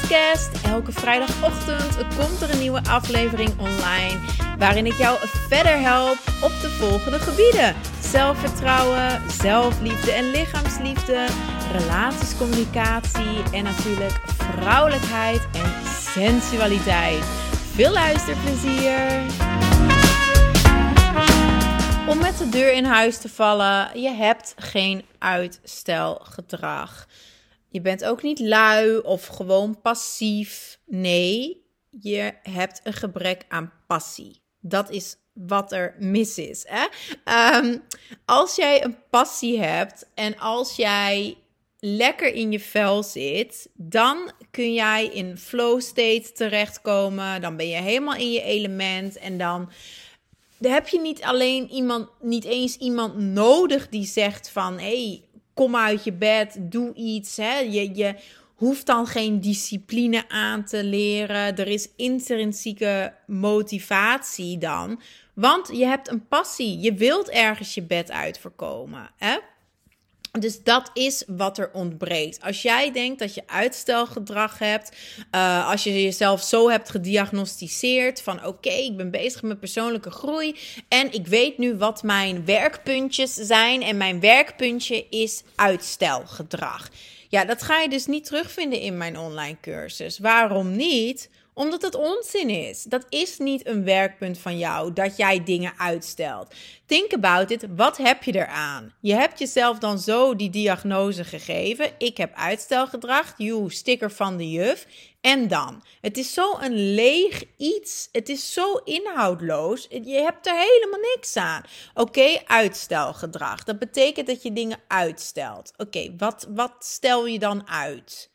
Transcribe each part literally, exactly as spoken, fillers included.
podcast. Elke vrijdagochtend komt er een nieuwe aflevering online waarin ik jou verder help op de volgende gebieden. Zelfvertrouwen, zelfliefde en lichaamsliefde, relatiescommunicatie en natuurlijk vrouwelijkheid en sensualiteit. Veel luisterplezier! Om met de deur in huis te vallen, je hebt geen uitstelgedrag. Je bent ook niet lui of gewoon passief. Nee, je hebt een gebrek aan passie. Dat is wat er mis is. Hè? Um, als jij een passie hebt en als jij lekker in je vel zit, dan kun jij in flow state terechtkomen. Dan ben je helemaal in je element en dan heb je niet alleen iemand, niet eens iemand nodig die zegt van, hey, kom uit je bed, doe iets. Hè? Je, je hoeft dan geen discipline aan te leren. Er is intrinsieke motivatie dan. Want je hebt een passie. Je wilt ergens je bed uit voorkomen. Hè? Dus dat is wat er ontbreekt. Als jij denkt dat je uitstelgedrag hebt, uh, als je jezelf zo hebt gediagnosticeerd van oké, okay, ik ben bezig met persoonlijke groei en ik weet nu wat mijn werkpuntjes zijn en mijn werkpuntje is uitstelgedrag. Ja, dat ga je dus niet terugvinden in mijn online cursus. Waarom niet? Omdat het onzin is. Dat is niet een werkpunt van jou, dat jij dingen uitstelt. Think about it, wat heb je eraan? Je hebt jezelf dan zo die diagnose gegeven. Ik heb uitstelgedrag, you, sticker van de juf. En dan? Het is zo een leeg iets. Het is zo inhoudloos. Je hebt er helemaal niks aan. Oké, okay, uitstelgedrag. Dat betekent dat je dingen uitstelt. Oké, okay, wat, wat stel je dan uit?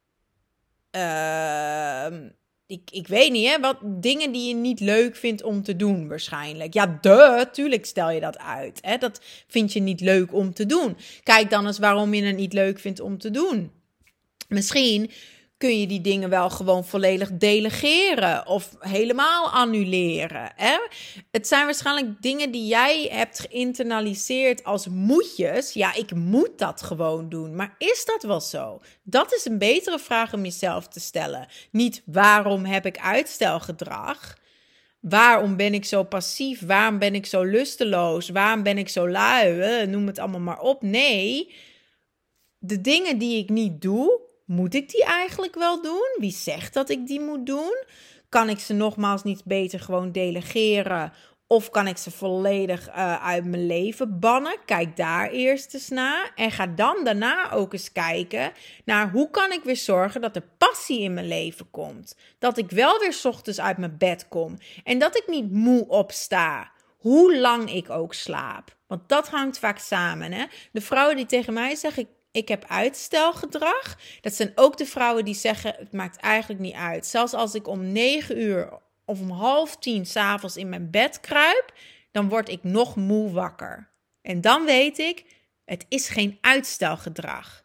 Ehm... Uh, Ik, ik weet niet, hè, wat dingen die je niet leuk vindt om te doen waarschijnlijk. Ja, duh, tuurlijk stel je dat uit. Hè? Dat vind je niet leuk om te doen. Kijk dan eens waarom je het niet leuk vindt om te doen. Misschien kun je die dingen wel gewoon volledig delegeren of helemaal annuleren. Hè? Het zijn waarschijnlijk dingen die jij hebt geïnternaliseerd als moetjes. Ja, ik moet dat gewoon doen. Maar is dat wel zo? Dat is een betere vraag om jezelf te stellen. Niet waarom heb ik uitstelgedrag? Waarom ben ik zo passief? Waarom ben ik zo lusteloos? Waarom ben ik zo lui? Noem het allemaal maar op. Nee, de dingen die ik niet doe, moet ik die eigenlijk wel doen? Wie zegt dat ik die moet doen? Kan ik ze nogmaals niet beter gewoon delegeren? Of kan ik ze volledig uh, uit mijn leven bannen? Kijk daar eerst eens naar. En ga dan daarna ook eens kijken naar hoe kan ik weer zorgen dat er passie in mijn leven komt. Dat ik wel weer 's ochtends uit mijn bed kom. En dat ik niet moe opsta. Hoe lang ik ook slaap. Want dat hangt vaak samen. Hè? De vrouwen die tegen mij zeggen, ik heb uitstelgedrag. Dat zijn ook de vrouwen die zeggen, het maakt eigenlijk niet uit. Zelfs als ik om negen uur of om half tien 's avonds in mijn bed kruip, dan word ik nog moe wakker. En dan weet ik, het is geen uitstelgedrag.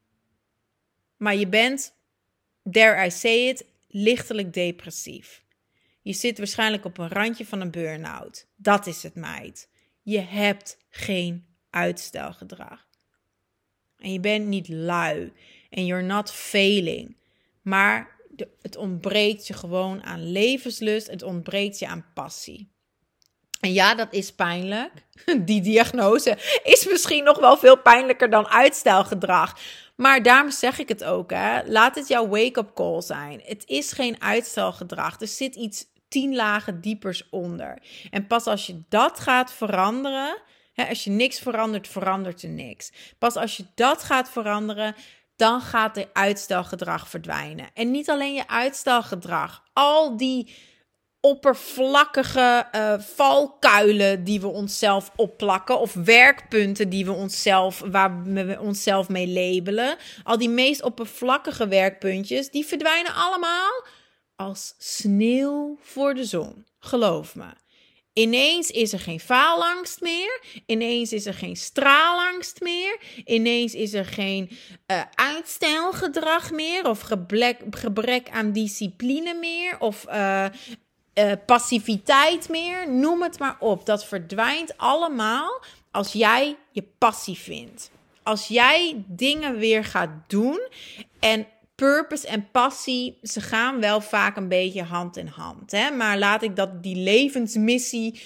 Maar je bent, dare I say it, lichtelijk depressief. Je zit waarschijnlijk op een randje van een burn-out. Dat is het, meid. Je hebt geen uitstelgedrag. En je bent niet lui. En you're not failing. Maar de, het ontbreekt je gewoon aan levenslust. Het ontbreekt je aan passie. En ja, dat is pijnlijk. Die diagnose is misschien nog wel veel pijnlijker dan uitstelgedrag. Maar daarom zeg ik het ook. Hè. Laat het jouw wake-up call zijn. Het is geen uitstelgedrag. Er zit iets tien lagen diepers onder. En pas als je dat gaat veranderen, hè, als je niks verandert, verandert er niks. Pas als je dat gaat veranderen, dan gaat er uitstelgedrag verdwijnen. En niet alleen je uitstelgedrag. Al die oppervlakkige uh, valkuilen die we onszelf opplakken, of werkpunten die we onszelf, waar we onszelf mee labelen. Al die meest oppervlakkige werkpuntjes, die verdwijnen allemaal als sneeuw voor de zon. Geloof me. Ineens is er geen faalangst meer. Ineens is er geen straalangst meer. Ineens is er geen uh, uitstelgedrag meer. Of gebrek, gebrek aan discipline meer. Of uh, uh, passiviteit meer. Noem het maar op. Dat verdwijnt allemaal als jij je passie vindt. Als jij dingen weer gaat doen en purpose en passie, ze gaan wel vaak een beetje hand in hand. Hè? Maar laat ik dat die levensmissie,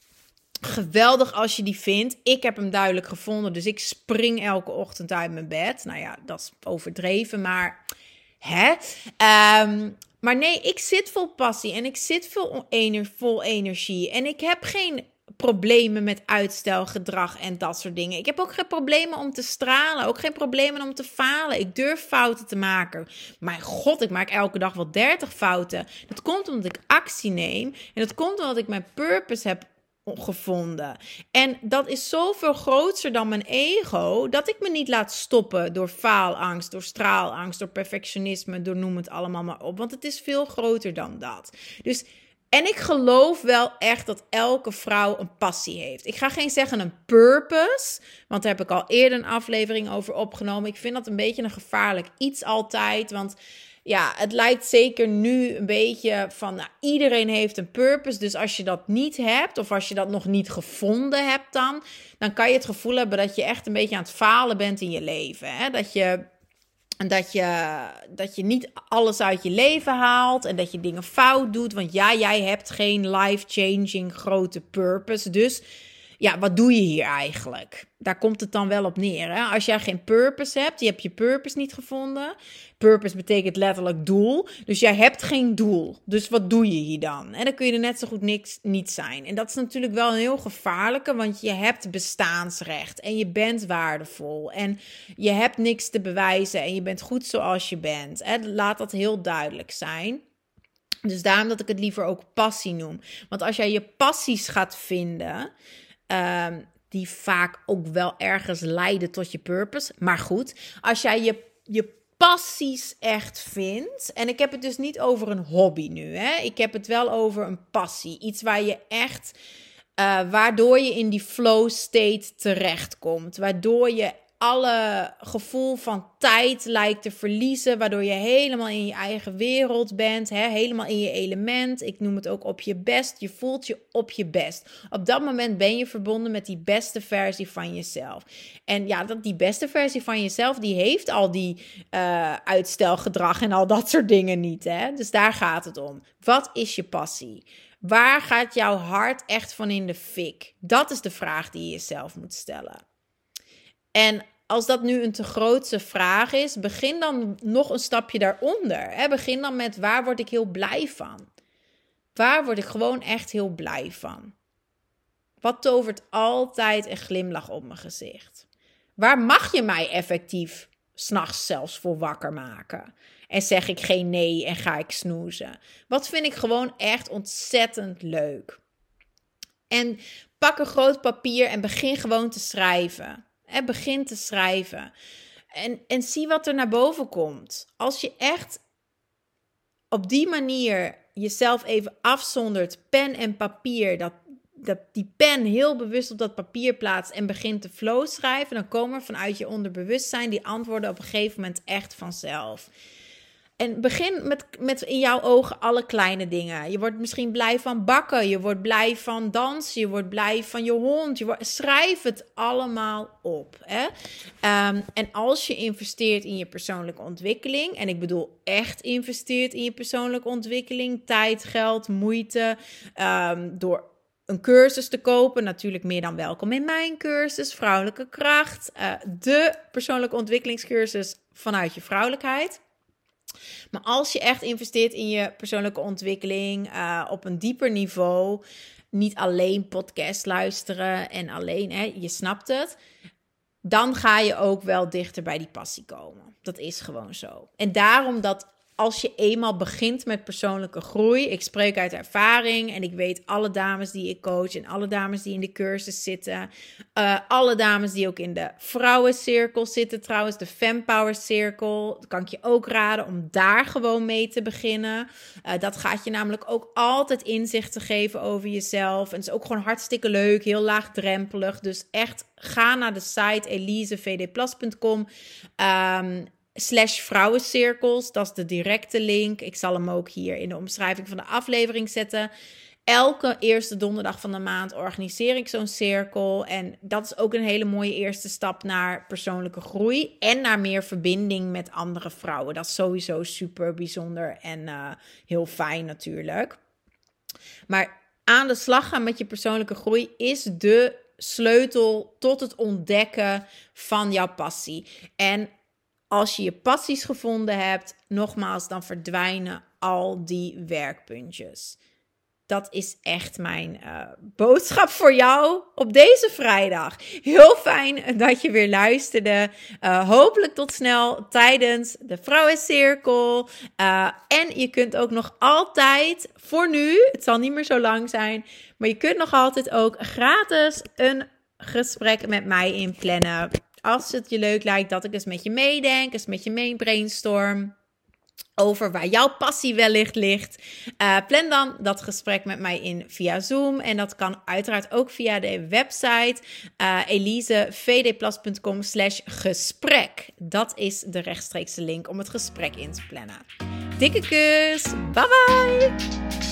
geweldig als je die vindt. Ik heb hem duidelijk gevonden, dus ik spring elke ochtend uit mijn bed. Nou ja, dat is overdreven, maar hè? Um, maar nee, ik zit vol passie en ik zit vol, ener- vol energie. En ik heb geen problemen met uitstelgedrag en dat soort dingen. Ik heb ook geen problemen om te stralen, ook geen problemen om te falen. Ik durf fouten te maken. Mijn god, ik maak elke dag wel dertig fouten. Dat komt omdat ik actie neem en dat komt omdat ik mijn purpose heb gevonden. En dat is zoveel groter dan mijn ego, dat ik me niet laat stoppen door faalangst, door straalangst, door perfectionisme, door noem het allemaal maar op. Want het is veel groter dan dat. Dus en ik geloof wel echt dat elke vrouw een passie heeft. Ik ga geen zeggen een purpose, want daar heb ik al eerder een aflevering over opgenomen. Ik vind dat een beetje een gevaarlijk iets altijd, want ja, het lijkt zeker nu een beetje van, nou, iedereen heeft een purpose. Dus als je dat niet hebt, of als je dat nog niet gevonden hebt dan, dan kan je het gevoel hebben dat je echt een beetje aan het falen bent in je leven. Hè? Dat je... En dat je, dat je niet alles uit je leven haalt en dat je dingen fout doet. Want ja, jij hebt geen life-changing grote purpose. Dus ja, wat doe je hier eigenlijk? Daar komt het dan wel op neer. Hè? Als jij geen purpose hebt, je hebt je purpose niet gevonden. Purpose betekent letterlijk doel. Dus jij hebt geen doel. Dus wat doe je hier dan? En dan kun je er net zo goed niks niet zijn. En dat is natuurlijk wel een heel gevaarlijke, want je hebt bestaansrecht. En je bent waardevol. En je hebt niks te bewijzen. En je bent goed zoals je bent. Hè? Laat dat heel duidelijk zijn. Dus daarom dat ik het liever ook passie noem. Want als jij je passies gaat vinden, Um, die vaak ook wel ergens leiden tot je purpose. Maar goed, als jij je, je passies echt vindt. En ik heb het dus niet over een hobby nu. Hè? Ik heb het wel over een passie. Iets waar je echt, uh, waardoor je in die flow state terechtkomt. Waardoor je alle gevoel van tijd lijkt te verliezen, waardoor je helemaal in je eigen wereld bent, hè? Helemaal in je element. Ik noem het ook op je best. Je voelt je op je best. Op dat moment ben je verbonden met die beste versie van jezelf. En ja, dat, die beste versie van jezelf, die heeft al die uh, uitstelgedrag en al dat soort dingen niet. Hè? Dus daar gaat het om. Wat is je passie? Waar gaat jouw hart echt van in de fik? Dat is de vraag die je jezelf moet stellen. En als dat nu een te grootse vraag is, begin dan nog een stapje daaronder. Hè? Begin dan met, waar word ik heel blij van? Waar word ik gewoon echt heel blij van? Wat tovert altijd een glimlach op mijn gezicht? Waar mag je mij effectief 's nachts zelfs voor wakker maken? En zeg ik geen nee en ga ik snoezen? Wat vind ik gewoon echt ontzettend leuk? En pak een groot papier en begin gewoon te schrijven. En begin te schrijven. En, en zie wat er naar boven komt. Als je echt op die manier jezelf even afzondert, pen en papier, dat, dat die pen heel bewust op dat papier plaatst en begint te flow schrijven, dan komen er vanuit je onderbewustzijn die antwoorden op een gegeven moment echt vanzelf. En begin met, met in jouw ogen alle kleine dingen. Je wordt misschien blij van bakken. Je wordt blij van dansen. Je wordt blij van je hond. Je wordt, schrijf het allemaal op. Hè? Um, en als je investeert in je persoonlijke ontwikkeling. En ik bedoel echt investeert in je persoonlijke ontwikkeling. Tijd, geld, moeite. Um, door een cursus te kopen. Natuurlijk meer dan welkom in mijn cursus. Vrouwelijke kracht. Uh, de persoonlijke ontwikkelingscursus vanuit je vrouwelijkheid. Maar als je echt investeert in je persoonlijke ontwikkeling uh, op een dieper niveau, niet alleen podcast luisteren en alleen, hè, je snapt het, dan ga je ook wel dichter bij die passie komen. Dat is gewoon zo. En daarom dat als je eenmaal begint met persoonlijke groei, ik spreek uit ervaring en ik weet alle dames die ik coach en alle dames die in de cursus zitten, uh, alle dames die ook in de vrouwencirkel zitten trouwens, de Fempower Circle, dat kan ik je ook raden om daar gewoon mee te beginnen. Uh, dat gaat je namelijk ook altijd inzichten geven over jezelf en het is ook gewoon hartstikke leuk, heel laagdrempelig, dus echt ga naar de site elise v d plas punt com. Um, slash vrouwencirkels, dat is de directe link. Ik zal hem ook hier in de omschrijving van de aflevering zetten. Elke eerste donderdag van de maand organiseer ik zo'n cirkel. En dat is ook een hele mooie eerste stap naar persoonlijke groei. En naar meer verbinding met andere vrouwen. Dat is sowieso super bijzonder en uh, heel fijn natuurlijk. Maar aan de slag gaan met je persoonlijke groei is de sleutel tot het ontdekken van jouw passie. En als je je passies gevonden hebt, nogmaals, dan verdwijnen al die werkpuntjes. Dat is echt mijn uh, boodschap voor jou op deze vrijdag. Heel fijn dat je weer luisterde. Uh, hopelijk tot snel tijdens de Vrouwencirkel. Uh, en je kunt ook nog altijd, voor nu, het zal niet meer zo lang zijn, maar je kunt nog altijd ook gratis een gesprek met mij inplannen. Als het je leuk lijkt dat ik eens met je meedenk, eens met je mee brainstorm over waar jouw passie wellicht ligt. Uh, plan dan dat gesprek met mij in via Zoom. En dat kan uiteraard ook via de website uh, elisevdplas.com slash gesprek. Dat is de rechtstreekse link om het gesprek in te plannen. Dikke kus. Bye bye.